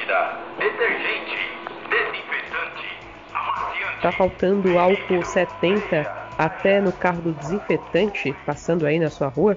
líquida, detergente, desinfetante, amaciante. Tá faltando álcool 70 até no carro do desinfetante passando aí na sua rua?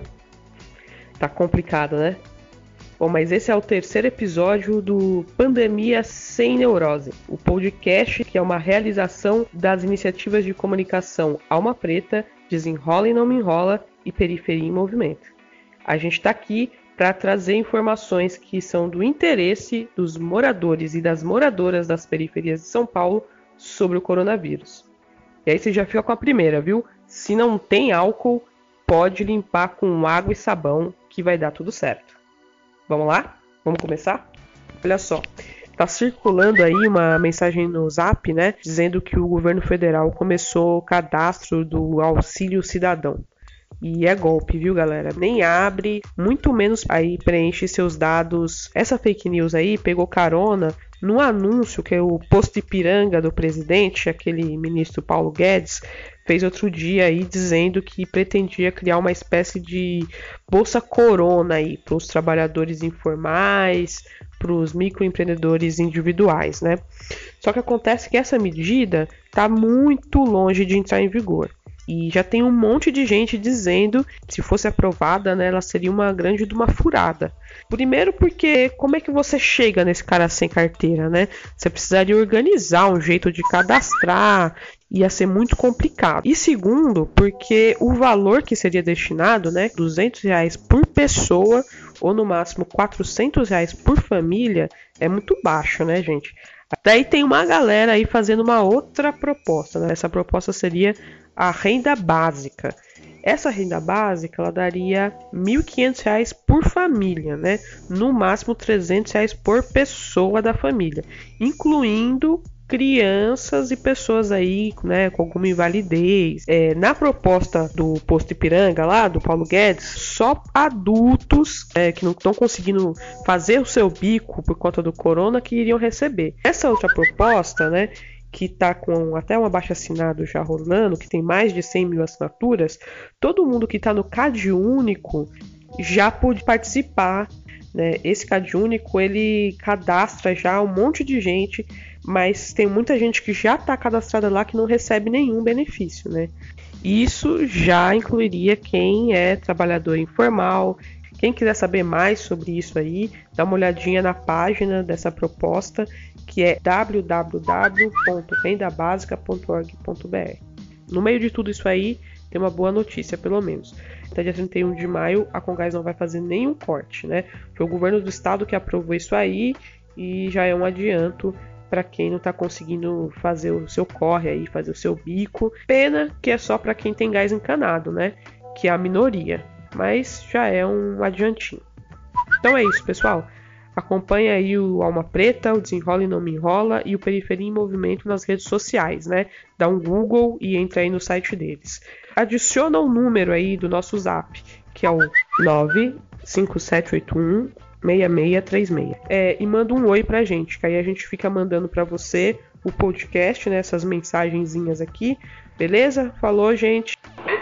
Tá complicado, né? Bom, mas esse é o terceiro episódio do Pandemia Sem Neurose, o podcast que é uma realização das iniciativas de comunicação Alma Preta, Desenrola e Não Me Enrola e Periferia em Movimento. A gente está aqui para trazer informações que são do interesse dos moradores e das moradoras das periferias de São Paulo sobre o coronavírus. E aí você já fica com a primeira, viu? Se não tem álcool, pode limpar com água e sabão que vai dar tudo certo. Vamos lá? Vamos começar? Olha só, tá circulando aí uma mensagem no Zap, né, dizendo que o governo federal começou o cadastro do Auxílio Cidadão. E é golpe, viu, galera? Nem abre, muito menos aí preenche seus dados. Essa fake news aí pegou carona no anúncio que o posto Ipiranga do presidente, aquele ministro Paulo Guedes, fez outro dia aí dizendo que pretendia criar uma espécie de Bolsa Corona aí para os trabalhadores informais, para os microempreendedores individuais, né? Só que acontece que essa medida está muito longe de entrar em vigor. E já tem um monte de gente dizendo que se fosse aprovada, né, ela seria uma grande de uma furada. Primeiro porque como é que você chega nesse cara sem carteira, né? Você precisaria organizar um jeito de cadastrar, ia ser muito complicado. E segundo, porque o valor que seria destinado, né, R$200 por pessoa ou no máximo R$400 por família, é muito baixo, né, gente? Até aí tem uma galera aí fazendo uma outra proposta, né? Essa proposta seria a renda básica. Essa renda básica ela daria R$1.500 por família, né? No máximo R$300 por pessoa da família, incluindo crianças e pessoas aí, né, com alguma invalidez. Na proposta do posto Ipiranga lá, do Paulo Guedes, só adultos que não estão conseguindo fazer o seu bico por conta do corona que iriam receber. Essa outra proposta, né, que está com até um abaixo-assinado já rolando, que tem mais de 100 mil assinaturas, todo mundo que está no CadÚnico já pôde participar, né? Esse CadÚnico, ele cadastra já um monte de gente, mas tem muita gente que já está cadastrada lá que não recebe nenhum benefício, né? Isso já incluiria quem é trabalhador informal. Quem quiser saber mais sobre isso aí, dá uma olhadinha na página dessa proposta, que é www.rendabasica.org.br. No meio de tudo isso aí, tem uma boa notícia, pelo menos. Até dia 31 de maio, a Congás não vai fazer nenhum corte, né? Foi o governo do estado que aprovou isso aí e já é um adianto para quem não está conseguindo fazer o seu corre aí, fazer o seu bico. Pena que é só para quem tem gás encanado, né? Que é a minoria. Mas já é um adiantinho. Então é isso, pessoal. Acompanhe aí o Alma Preta, o Desenrola e Não Me Enrola e o Periferia em Movimento nas redes sociais, né? Dá um Google e entra aí no site deles. Adiciona o número aí do nosso Zap, que é o 95781-6636. E manda um oi pra gente, que aí a gente fica mandando pra você o podcast, né? Essas mensagenzinhas aqui. Beleza? Falou, gente!